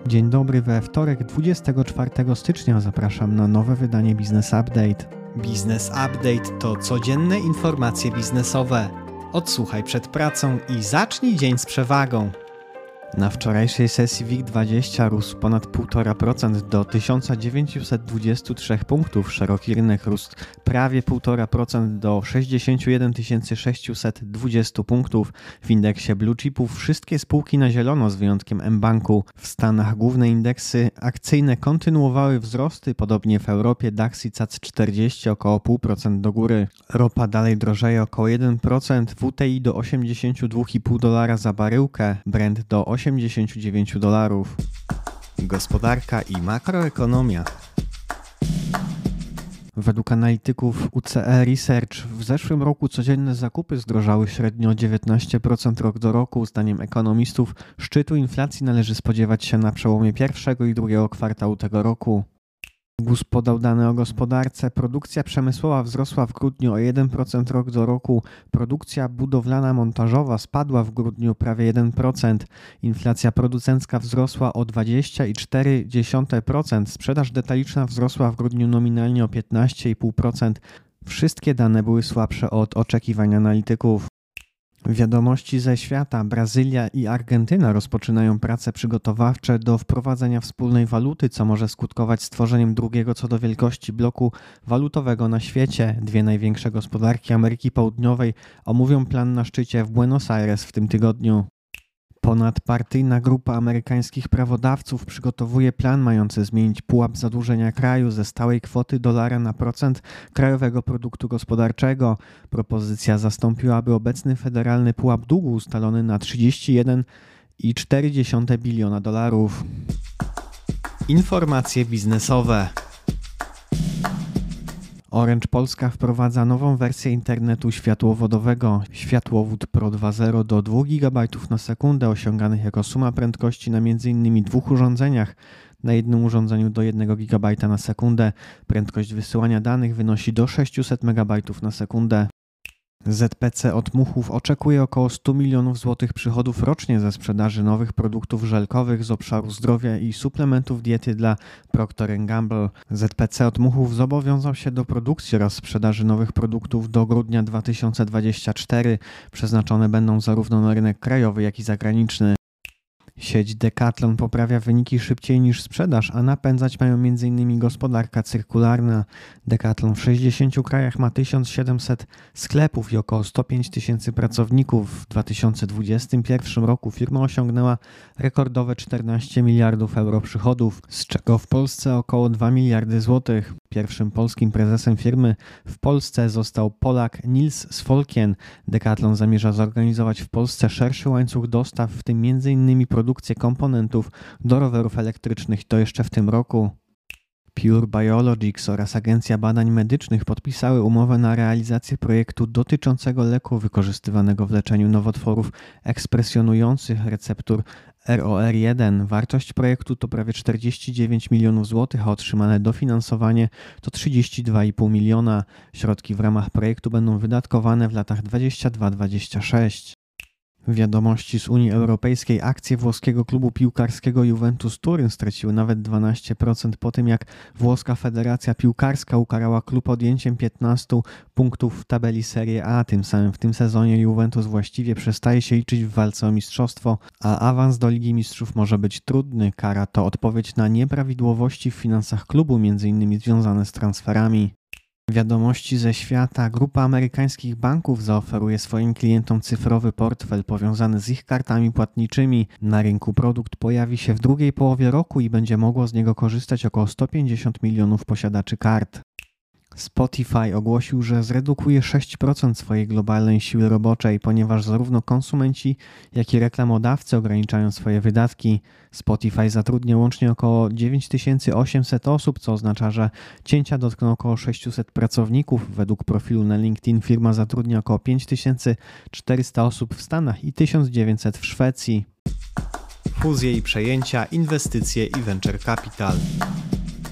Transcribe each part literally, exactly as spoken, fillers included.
Dzień dobry, we wtorek dwudziestego czwartego stycznia zapraszam na nowe wydanie Business Update. Business Update to codzienne informacje biznesowe. Odsłuchaj przed pracą i zacznij dzień z przewagą. Na wczorajszej sesji W I G dwadzieścia rósł ponad półtora procent do tysiąc dziewięćset dwadzieścia trzy punktów, szeroki rynek rósł prawie półtora procent do sześćdziesiąt jeden tysięcy sześćset dwadzieścia punktów. W indeksie Blue Chipów wszystkie spółki na zielono z wyjątkiem mBanku. W Stanach główne indeksy akcyjne kontynuowały wzrosty, podobnie w Europie DAX i C A C czterdzieści około zero przecinek pięć procent do góry. Ropa dalej drożeje około jeden procent, W T I do osiemdziesiąt dwa i pół dolara za baryłkę, Brent do osiemdziesiąt dziewięć dolarów. Gospodarka i makroekonomia. Według analityków U C E Research w zeszłym roku codzienne zakupy zdrożały średnio o dziewiętnaście procent rok do roku. Zdaniem ekonomistów szczytu inflacji należy spodziewać się na przełomie pierwszego i drugiego kwartału tego roku. G U S podał dane o gospodarce. Produkcja przemysłowa wzrosła w grudniu o jeden procent rok do roku. Produkcja budowlana montażowa spadła w grudniu prawie jeden procent. Inflacja producencka wzrosła o dwadzieścia cztery przecinek pięć procent. Sprzedaż detaliczna wzrosła w grudniu nominalnie o piętnaście przecinek pięć procent. Wszystkie dane były słabsze od oczekiwań analityków. Wiadomości ze świata. Brazylia i Argentyna rozpoczynają prace przygotowawcze do wprowadzenia wspólnej waluty, co może skutkować stworzeniem drugiego co do wielkości bloku walutowego na świecie. Dwie największe gospodarki Ameryki Południowej omówią plan na szczycie w Buenos Aires w tym tygodniu. Ponadpartyjna grupa amerykańskich prawodawców przygotowuje plan mający zmienić pułap zadłużenia kraju ze stałej kwoty dolara na procent krajowego produktu gospodarczego. Propozycja zastąpiłaby obecny federalny pułap długu ustalony na trzydzieści jeden przecinek cztery biliona dolarów. Informacje biznesowe. Orange Polska wprowadza nową wersję internetu światłowodowego. Światłowód Pro dwa zero do dwa gigabajty na sekundę osiąganych jako suma prędkości na między innymi dwóch urządzeniach. Na jednym urządzeniu do jednego gigabajta na sekundę. Prędkość wysyłania danych wynosi do sześćset megabajtów na sekundę. Z P C od Muchów oczekuje około sto milionów złotych przychodów rocznie ze sprzedaży nowych produktów żelkowych z obszaru zdrowia i suplementów diety dla Procter and Gamble. Z P C od Muchów zobowiązał się do produkcji oraz sprzedaży nowych produktów do grudnia dwa tysiące dwudziestego czwartego. Przeznaczone będą zarówno na rynek krajowy, jak i zagraniczny. Sieć Decathlon poprawia wyniki szybciej niż sprzedaż, a napędzać mają między innymi gospodarka cyrkularna. Decathlon w sześćdziesięciu krajach ma tysiąc siedemset sklepów i około sto pięć tysięcy pracowników. W dwa tysiące dwudziestym pierwszym roku firma osiągnęła rekordowe czternaście miliardów euro przychodów, z czego w Polsce około dwa miliardy złotych. Pierwszym polskim prezesem firmy w Polsce został Polak Nils Sfolkien. Decathlon zamierza zorganizować w Polsce szerszy łańcuch dostaw, w tym między innymi produkcję komponentów do rowerów elektrycznych, to jeszcze w tym roku. Pure Biologics oraz Agencja Badań Medycznych podpisały umowę na realizację projektu dotyczącego leku wykorzystywanego w leczeniu nowotworów ekspresjonujących receptor R O R jeden. Wartość projektu to prawie czterdzieści dziewięć milionów złotych, a otrzymane dofinansowanie to trzydzieści dwa i pół miliona. Środki w ramach projektu będą wydatkowane w latach dwudziestym drugim do dwudziestego szóstego. Wiadomości z Unii Europejskiej. Akcje włoskiego klubu piłkarskiego Juventus Turyn straciły nawet dwanaście procent po tym, jak włoska Federacja Piłkarska ukarała klub odjęciem piętnastu punktów w tabeli Serie A. Tym samym w tym sezonie Juventus właściwie przestaje się liczyć w walce o mistrzostwo, a awans do Ligi Mistrzów może być trudny. Kara to odpowiedź na nieprawidłowości w finansach klubu, między innymi związane z transferami. Wiadomości ze świata. Grupa amerykańskich banków zaoferuje swoim klientom cyfrowy portfel powiązany z ich kartami płatniczymi. Na rynku produkt pojawi się w drugiej połowie roku i będzie mogło z niego korzystać około sto pięćdziesiąt milionów posiadaczy kart. Spotify ogłosił, że zredukuje sześć procent swojej globalnej siły roboczej, ponieważ zarówno konsumenci, jak i reklamodawcy ograniczają swoje wydatki. Spotify zatrudnia łącznie około dziewięć tysięcy osiemset osób, co oznacza, że cięcia dotkną około sześciuset pracowników. Według profilu na LinkedIn firma zatrudnia około pięć tysięcy czterysta osób w Stanach i tysiąc dziewięćset w Szwecji. Fuzje i przejęcia, inwestycje i venture capital.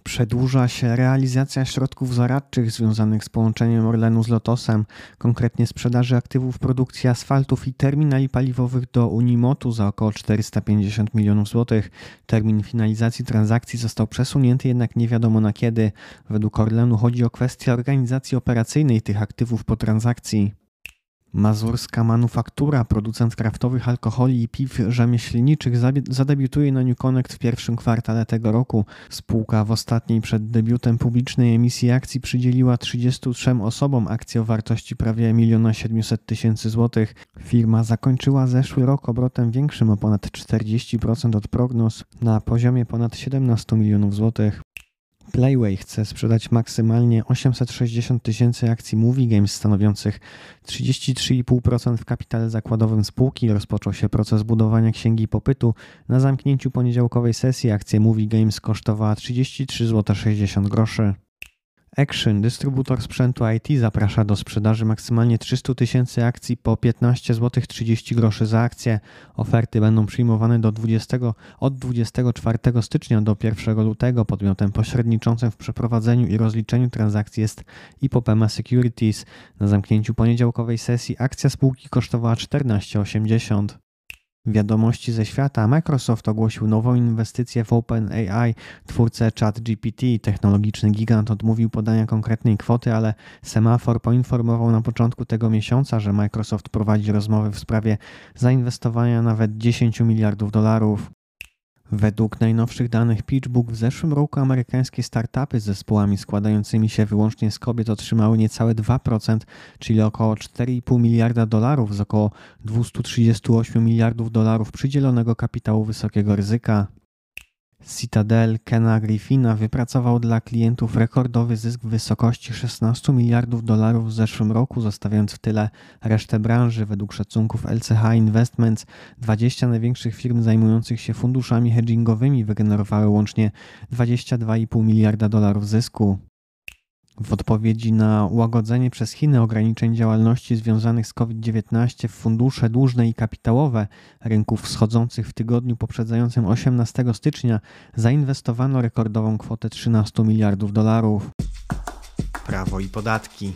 Przedłuża się realizacja środków zaradczych związanych z połączeniem Orlenu z Lotosem, konkretnie sprzedaży aktywów produkcji asfaltów i terminali paliwowych do Unimotu za około czterysta pięćdziesiąt milionów złotych. Termin finalizacji transakcji został przesunięty, jednak nie wiadomo na kiedy. Według Orlenu chodzi o kwestię organizacji operacyjnej tych aktywów po transakcji. Mazurska Manufaktura, producent kraftowych alkoholi i piw rzemieślniczych, zadebiutuje na New Connect w pierwszym kwartale tego roku. Spółka w ostatniej przed debiutem publicznej emisji akcji przydzieliła trzydziestu trzem osobom akcje o wartości prawie jeden siedemset tysięcy złotych. Firma zakończyła zeszły rok obrotem większym o ponad czterdzieści procent od prognoz na poziomie ponad siedemnaście milionów złotych. Playway chce sprzedać maksymalnie osiemset sześćdziesiąt tysięcy akcji Movie Games stanowiących trzydzieści trzy i pół procent w kapitale zakładowym spółki. Rozpoczął się proces budowania księgi popytu. Na zamknięciu poniedziałkowej sesji akcja Movie Games kosztowała trzydzieści trzy złote sześćdziesiąt groszy. Action, dystrybutor sprzętu I T, zaprasza do sprzedaży maksymalnie trzysta tysięcy akcji po piętnaście złotych trzydzieści groszy za akcję. Oferty będą przyjmowane do dwudziestego, od dwudziestego czwartego stycznia do pierwszego lutego. Podmiotem pośredniczącym w przeprowadzeniu i rozliczeniu transakcji jest Ipopema Securities. Na zamknięciu poniedziałkowej sesji akcja spółki kosztowała czternaście osiemdziesiąt. Wiadomości ze świata. Microsoft ogłosił nową inwestycję w OpenAI, twórcę ChatGPT. Technologiczny gigant odmówił podania konkretnej kwoty, ale Semafor poinformował na początku tego miesiąca, że Microsoft prowadzi rozmowy w sprawie zainwestowania nawet dziesięć miliardów dolarów. Według najnowszych danych PitchBook w zeszłym roku amerykańskie startupy z zespołami składającymi się wyłącznie z kobiet otrzymały niecałe dwa procent, czyli około cztery i pół miliarda dolarów z około dwieście trzydzieści osiem miliardów dolarów przydzielonego kapitału wysokiego ryzyka. Citadel Kena Griffina wypracował dla klientów rekordowy zysk w wysokości szesnaście miliardów dolarów w zeszłym roku, zostawiając w tyle resztę branży. Według szacunków L C H Investments dwadzieścia największych firm zajmujących się funduszami hedgingowymi wygenerowały łącznie dwadzieścia dwa i pół miliarda dolarów zysku. W odpowiedzi na ułagodzenie przez Chiny ograniczeń działalności związanych z COVID dziewiętnaście w fundusze dłużne i kapitałowe rynków wschodzących w tygodniu poprzedzającym osiemnastego stycznia zainwestowano rekordową kwotę trzynaście miliardów dolarów. Prawo i podatki.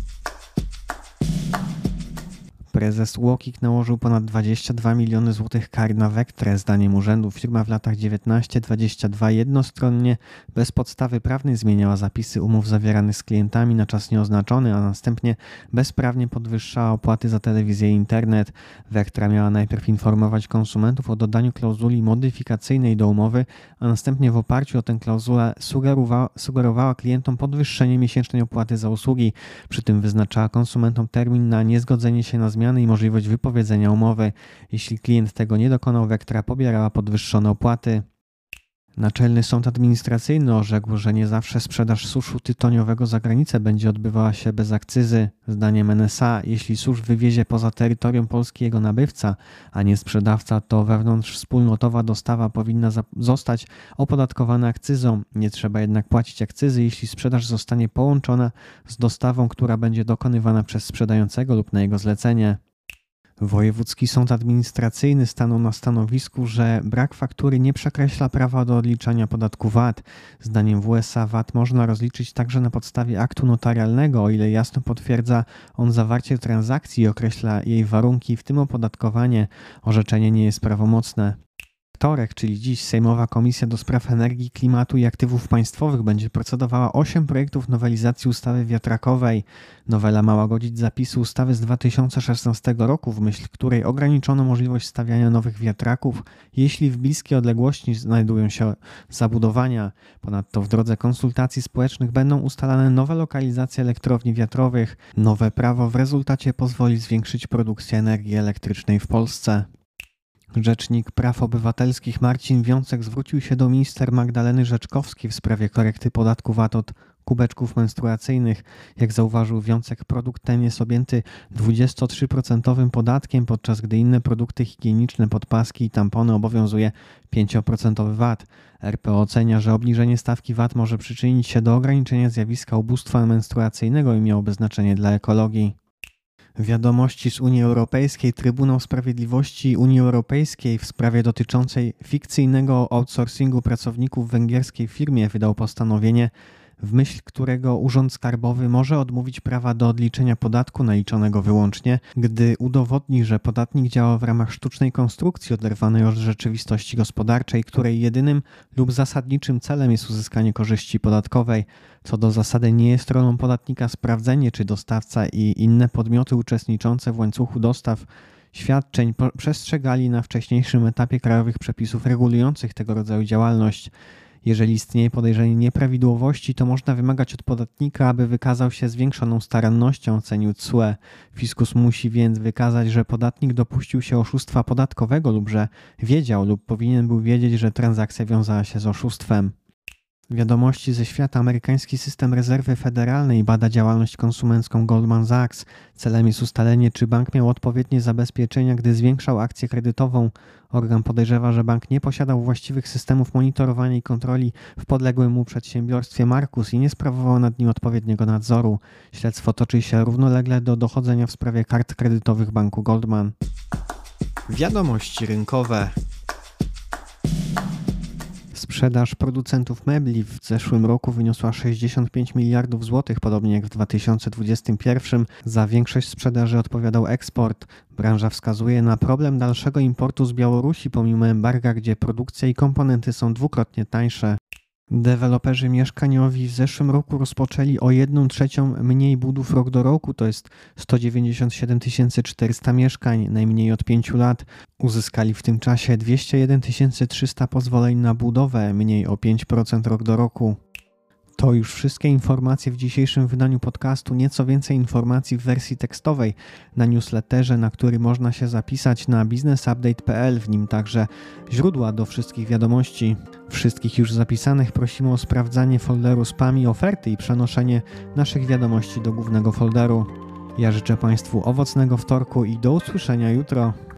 Prezes UOKiK nałożył ponad dwadzieścia dwa miliony złotych kar na Vectrę. Zdaniem urzędu firma w latach dziewiętnaście dwadzieścia dwa jednostronnie, bez podstawy prawnej zmieniała zapisy umów zawieranych z klientami na czas nieoznaczony, a następnie bezprawnie podwyższała opłaty za telewizję i internet. Vectra miała najpierw informować konsumentów o dodaniu klauzuli modyfikacyjnej do umowy, a następnie w oparciu o tę klauzulę sugerowała, sugerowała klientom podwyższenie miesięcznej opłaty za usługi. Przy tym wyznaczała konsumentom termin na niezgodzenie się na zmiany i możliwość wypowiedzenia umowy. Jeśli klient tego nie dokonał, Vectra pobierała podwyższone opłaty. Naczelny Sąd Administracyjny orzekł, że nie zawsze sprzedaż suszu tytoniowego za granicę będzie odbywała się bez akcyzy. Zdaniem N S A, jeśli susz wywiezie poza terytorium Polski jego nabywca, a nie sprzedawca, to wewnątrzwspólnotowa dostawa powinna zostać opodatkowana akcyzą. Nie trzeba jednak płacić akcyzy, jeśli sprzedaż zostanie połączona z dostawą, która będzie dokonywana przez sprzedającego lub na jego zlecenie. Wojewódzki Sąd Administracyjny stanął na stanowisku, że brak faktury nie przekreśla prawa do odliczania podatku V A T. Zdaniem W S A V A T można rozliczyć także na podstawie aktu notarialnego, o ile jasno potwierdza on zawarcie transakcji i określa jej warunki, w tym opodatkowanie. Orzeczenie nie jest prawomocne. Wtorek, czyli dziś, Sejmowa Komisja do Spraw Energii, Klimatu i Aktywów Państwowych będzie procedowała osiem projektów nowelizacji ustawy wiatrakowej. Nowela ma łagodzić zapisy ustawy z dwa tysiące szesnastego roku, w myśl której ograniczono możliwość stawiania nowych wiatraków, jeśli w bliskiej odległości znajdują się zabudowania. Ponadto w drodze konsultacji społecznych będą ustalane nowe lokalizacje elektrowni wiatrowych. Nowe prawo w rezultacie pozwoli zwiększyć produkcję energii elektrycznej w Polsce. Rzecznik Praw Obywatelskich Marcin Wiącek zwrócił się do minister Magdaleny Rzeczkowskiej w sprawie korekty podatku V A T od kubeczków menstruacyjnych. Jak zauważył Wiącek, produkt ten jest objęty dwudziestotrzyprocentowym podatkiem, podczas gdy inne produkty higieniczne, podpaski i tampony obowiązuje pięcioprocentowy V A T. R P O ocenia, że obniżenie stawki V A T może przyczynić się do ograniczenia zjawiska ubóstwa menstruacyjnego i miałoby znaczenie dla ekologii. Wiadomości z Unii Europejskiej. Trybunał Sprawiedliwości Unii Europejskiej w sprawie dotyczącej fikcyjnego outsourcingu pracowników w węgierskiej firmie wydał postanowienie, w myśl którego Urząd Skarbowy może odmówić prawa do odliczenia podatku naliczonego wyłącznie, gdy udowodni, że podatnik działa w ramach sztucznej konstrukcji oderwanej od rzeczywistości gospodarczej, której jedynym lub zasadniczym celem jest uzyskanie korzyści podatkowej. Co do zasady nie jest rolą podatnika sprawdzenie, czy dostawca i inne podmioty uczestniczące w łańcuchu dostaw świadczeń przestrzegali na wcześniejszym etapie krajowych przepisów regulujących tego rodzaju działalność. Jeżeli istnieje podejrzenie nieprawidłowości, to można wymagać od podatnika, aby wykazał się zwiększoną starannością, ocenił C U E. Fiskus musi więc wykazać, że podatnik dopuścił się oszustwa podatkowego lub że wiedział lub powinien był wiedzieć, że transakcja wiązała się z oszustwem. Wiadomości ze świata. Amerykański system rezerwy federalnej bada działalność konsumencką Goldman Sachs. Celem jest ustalenie, czy bank miał odpowiednie zabezpieczenia, gdy zwiększał akcję kredytową. Organ podejrzewa, że bank nie posiadał właściwych systemów monitorowania i kontroli w podległym mu przedsiębiorstwie Marcus i nie sprawował nad nim odpowiedniego nadzoru. Śledztwo toczy się równolegle do dochodzenia w sprawie kart kredytowych banku Goldman. Wiadomości rynkowe. Sprzedaż producentów mebli w zeszłym roku wyniosła sześćdziesiąt pięć miliardów złotych, podobnie jak w dwa tysiące dwudziestym pierwszym. Za większość sprzedaży odpowiadał eksport. Branża wskazuje na problem dalszego importu z Białorusi pomimo embarga, gdzie produkcja i komponenty są dwukrotnie tańsze. Deweloperzy mieszkaniowi w zeszłym roku rozpoczęli o jedną trzecią mniej budów rok do roku, to jest sto dziewięćdziesiąt siedem tysięcy czterysta mieszkań, najmniej od pięciu lat. Uzyskali w tym czasie dwieście jeden tysięcy trzysta pozwoleń na budowę, mniej o pięć procent rok do roku. To już wszystkie informacje w dzisiejszym wydaniu podcastu. Nieco więcej informacji w wersji tekstowej na newsletterze, na który można się zapisać na biznesupdate kropka p l. W nim także źródła do wszystkich wiadomości. Wszystkich już zapisanych prosimy o sprawdzanie folderu spam i oferty i przenoszenie naszych wiadomości do głównego folderu. Ja życzę Państwu owocnego wtorku i do usłyszenia jutro.